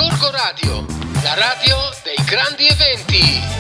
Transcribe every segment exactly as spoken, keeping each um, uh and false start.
Gorgo Radio, la radio dei grandi eventi.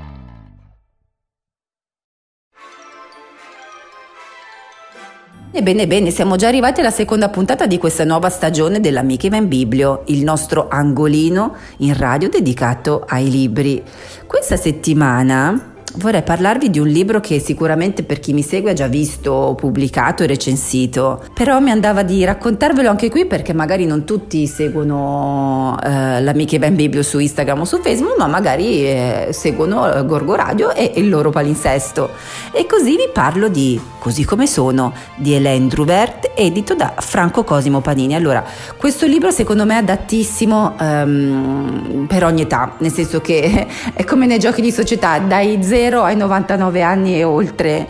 Ebbene, bene, siamo già arrivati alla seconda puntata di questa nuova stagione dell'Amiche va in Biblio, il nostro angolino in radio dedicato ai libri. Questa settimana vorrei parlarvi di un libro che sicuramente per chi mi segue ha già visto, pubblicato e recensito, però mi andava di raccontarvelo anche qui perché magari non tutti seguono eh, l'Amiche va in Biblio su Instagram o su Facebook, ma magari eh, seguono Gorgo Radio e il loro palinsesto. E così vi parlo di Così come sono, di Hélène Druvert, edito da Franco Cosimo Panini. Allora, questo libro secondo me è adattissimo um, per ogni età, nel senso che è come nei giochi di società, dai zero ai novantanove anni e oltre.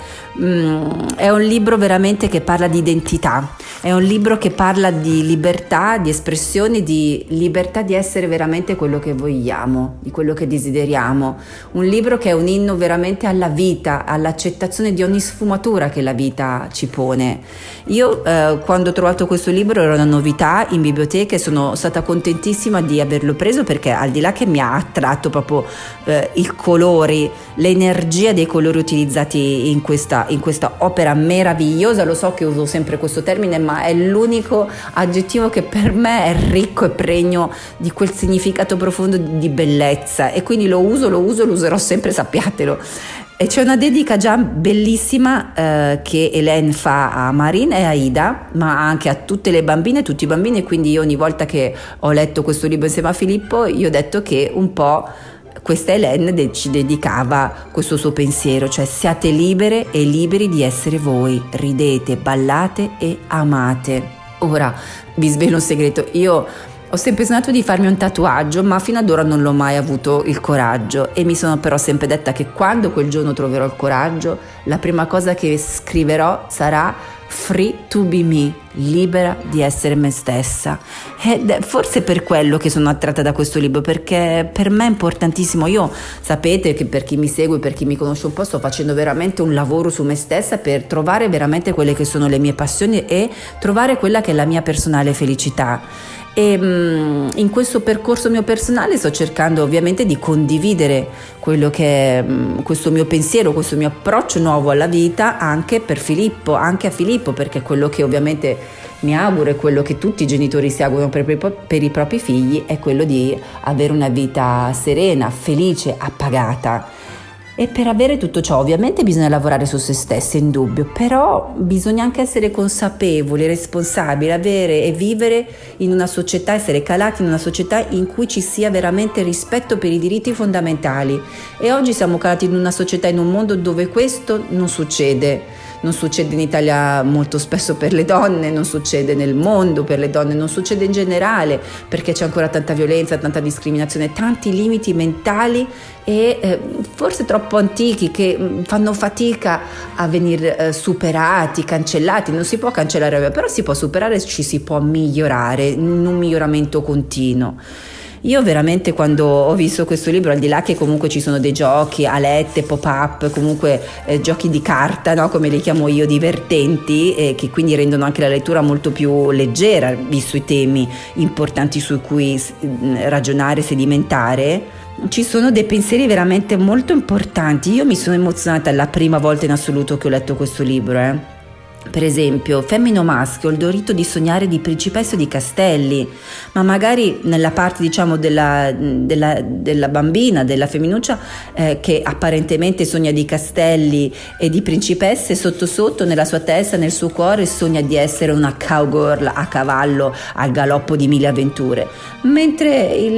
Um, è un libro veramente che parla di identità, è un libro che parla di libertà, di espressione, di libertà di essere veramente quello che vogliamo, di quello che desideriamo. Un libro che è un inno veramente alla vita, all'accettazione di ogni sfumatura che la vita ci pone. Io eh, quando ho trovato questo libro era una novità in biblioteca e sono stata contentissima di averlo preso, perché al di là che mi ha attratto proprio eh, i colori, l'energia dei colori utilizzati in questa, in questa opera meravigliosa, lo so che uso sempre questo termine, ma è l'unico aggettivo che per me è ricco e pregno di quel significato profondo di bellezza, e quindi lo uso, lo uso, lo userò sempre, sappiatelo. E c'è una dedica già bellissima eh, che Hélène fa a Marina e a Ida, ma anche a tutte le bambine e tutti i bambini, quindi io ogni volta che ho letto questo libro insieme a Filippo, io ho detto che un po' questa Hélène ci dedicava questo suo pensiero, cioè siate libere e liberi di essere voi, ridete, ballate e amate. Ora vi svelo un segreto, io ho sempre sognato di farmi un tatuaggio, ma fino ad ora non l'ho mai avuto il coraggio, e mi sono però sempre detta che quando quel giorno troverò il coraggio, la prima cosa che scriverò sarà "Free to be me", libera di essere me stessa. Ed è forse per quello che sono attratta da questo libro, perché per me è importantissimo. Io sapete che per chi mi segue, per chi mi conosce un po', sto facendo veramente un lavoro su me stessa per trovare veramente quelle che sono le mie passioni e trovare quella che è la mia personale felicità. E um, in questo percorso mio personale sto cercando ovviamente di condividere quello che è um, questo mio pensiero, questo mio approccio nuovo alla vita anche per Filippo, anche a Filippo, perché quello che ovviamente mi auguro e quello che tutti i genitori si augurano per, per i propri figli è quello di avere una vita serena, felice, appagata. E per avere tutto ciò ovviamente bisogna lavorare su se stessi, indubbio, però bisogna anche essere consapevoli, responsabili, avere e vivere in una società, essere calati in una società in cui ci sia veramente rispetto per i diritti fondamentali. E oggi siamo calati in una società, in un mondo dove questo non succede. Non succede in Italia molto spesso per le donne, non succede nel mondo per le donne, non succede in generale, perché c'è ancora tanta violenza, tanta discriminazione, tanti limiti mentali e eh, forse troppo antichi che mh, fanno fatica a venire eh, superati, cancellati. Non si può cancellare, però si può superare, ci si può migliorare in un miglioramento continuo. Io veramente quando ho visto questo libro, al di là che comunque ci sono dei giochi, alette, pop-up, comunque eh, giochi di carta, no? Come li chiamo io, divertenti, eh, che quindi rendono anche la lettura molto più leggera, visto i temi importanti su cui ragionare, sedimentare, ci sono dei pensieri veramente molto importanti. Io mi sono emozionata la prima volta in assoluto che ho letto questo libro, eh. Per esempio, femmina o maschio, il diritto di sognare di principessa o di castelli, ma magari nella parte diciamo della, della, della bambina, della femminuccia eh, che apparentemente sogna di castelli e di principesse, sotto sotto nella sua testa, nel suo cuore sogna di essere una cowgirl a cavallo al galoppo di mille avventure, mentre il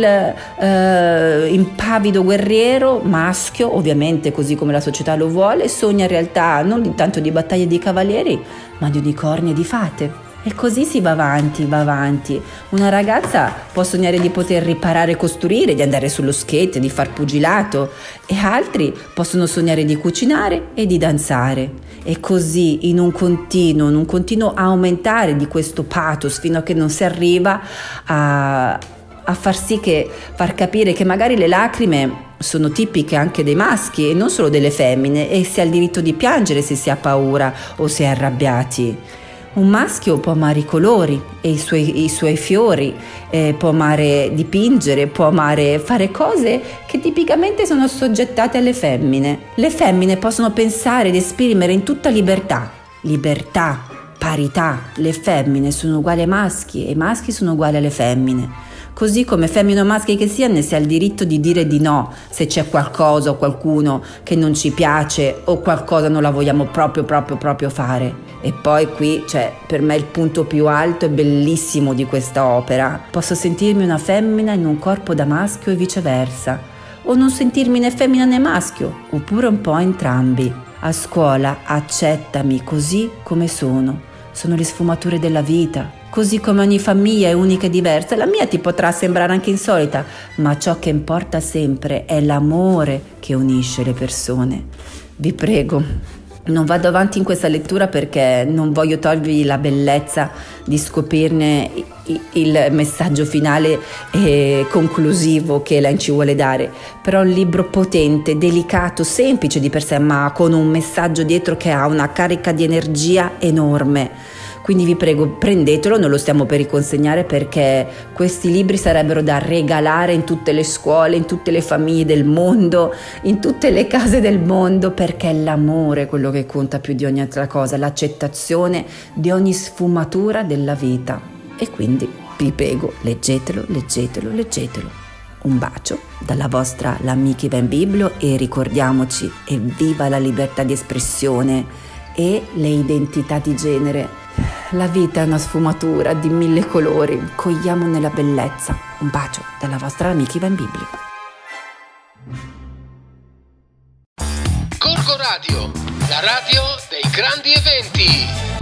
eh, impavido guerriero maschio, ovviamente così come la società lo vuole, sogna in realtà non tanto di battaglie di cavalieri ma di unicorni e di fate. E così si va avanti, va avanti. Una ragazza può sognare di poter riparare e costruire, di andare sullo skate, di far pugilato, e altri possono sognare di cucinare e di danzare. E così in un continuo, in un continuo aumentare di questo pathos, fino a che non si arriva a, a far sì che, far capire che magari le lacrime sono tipiche anche dei maschi e non solo delle femmine, e si ha il diritto di piangere se si ha paura o si è arrabbiati. Un maschio può amare i colori e i suoi, i suoi fiori, eh, può amare dipingere, può amare fare cose che tipicamente sono soggettate alle femmine. Le femmine possono pensare ed esprimere in tutta libertà. Libertà, parità. Le femmine sono uguali ai maschi e i maschi sono uguali alle femmine. Così come femmine o maschi che siano, si ha il diritto di dire di no se c'è qualcosa o qualcuno che non ci piace o qualcosa non la vogliamo proprio proprio proprio fare. E poi qui c'è per me il punto più alto e bellissimo di questa opera. Posso sentirmi una femmina in un corpo da maschio e viceversa, o non sentirmi né femmina né maschio, oppure un po' entrambi. A scuola accettami così come sono. Sono le sfumature della vita. Così come ogni famiglia è unica e diversa, la mia ti potrà sembrare anche insolita, ma ciò che importa sempre è l'amore che unisce le persone. Vi prego, non vado avanti in questa lettura perché non voglio togliervi la bellezza di scoprirne il messaggio finale e conclusivo che Elaine ci vuole dare, però è un libro potente, delicato, semplice di per sé, ma con un messaggio dietro che ha una carica di energia enorme. Quindi vi prego, prendetelo, non lo stiamo per riconsegnare perché questi libri sarebbero da regalare in tutte le scuole, in tutte le famiglie del mondo, in tutte le case del mondo, perché è l'amore quello che conta più di ogni altra cosa, l'accettazione di ogni sfumatura della vita. E quindi vi prego, leggetelo, leggetelo, leggetelo. Un bacio dalla vostra L'Amica Van Biblio e ricordiamoci, evviva la libertà di espressione e le identità di genere. La vita è una sfumatura di mille colori, cogliamo nella bellezza. Un bacio dalla vostra Amica Van Biblio. Gorgo Radio, la radio dei grandi eventi.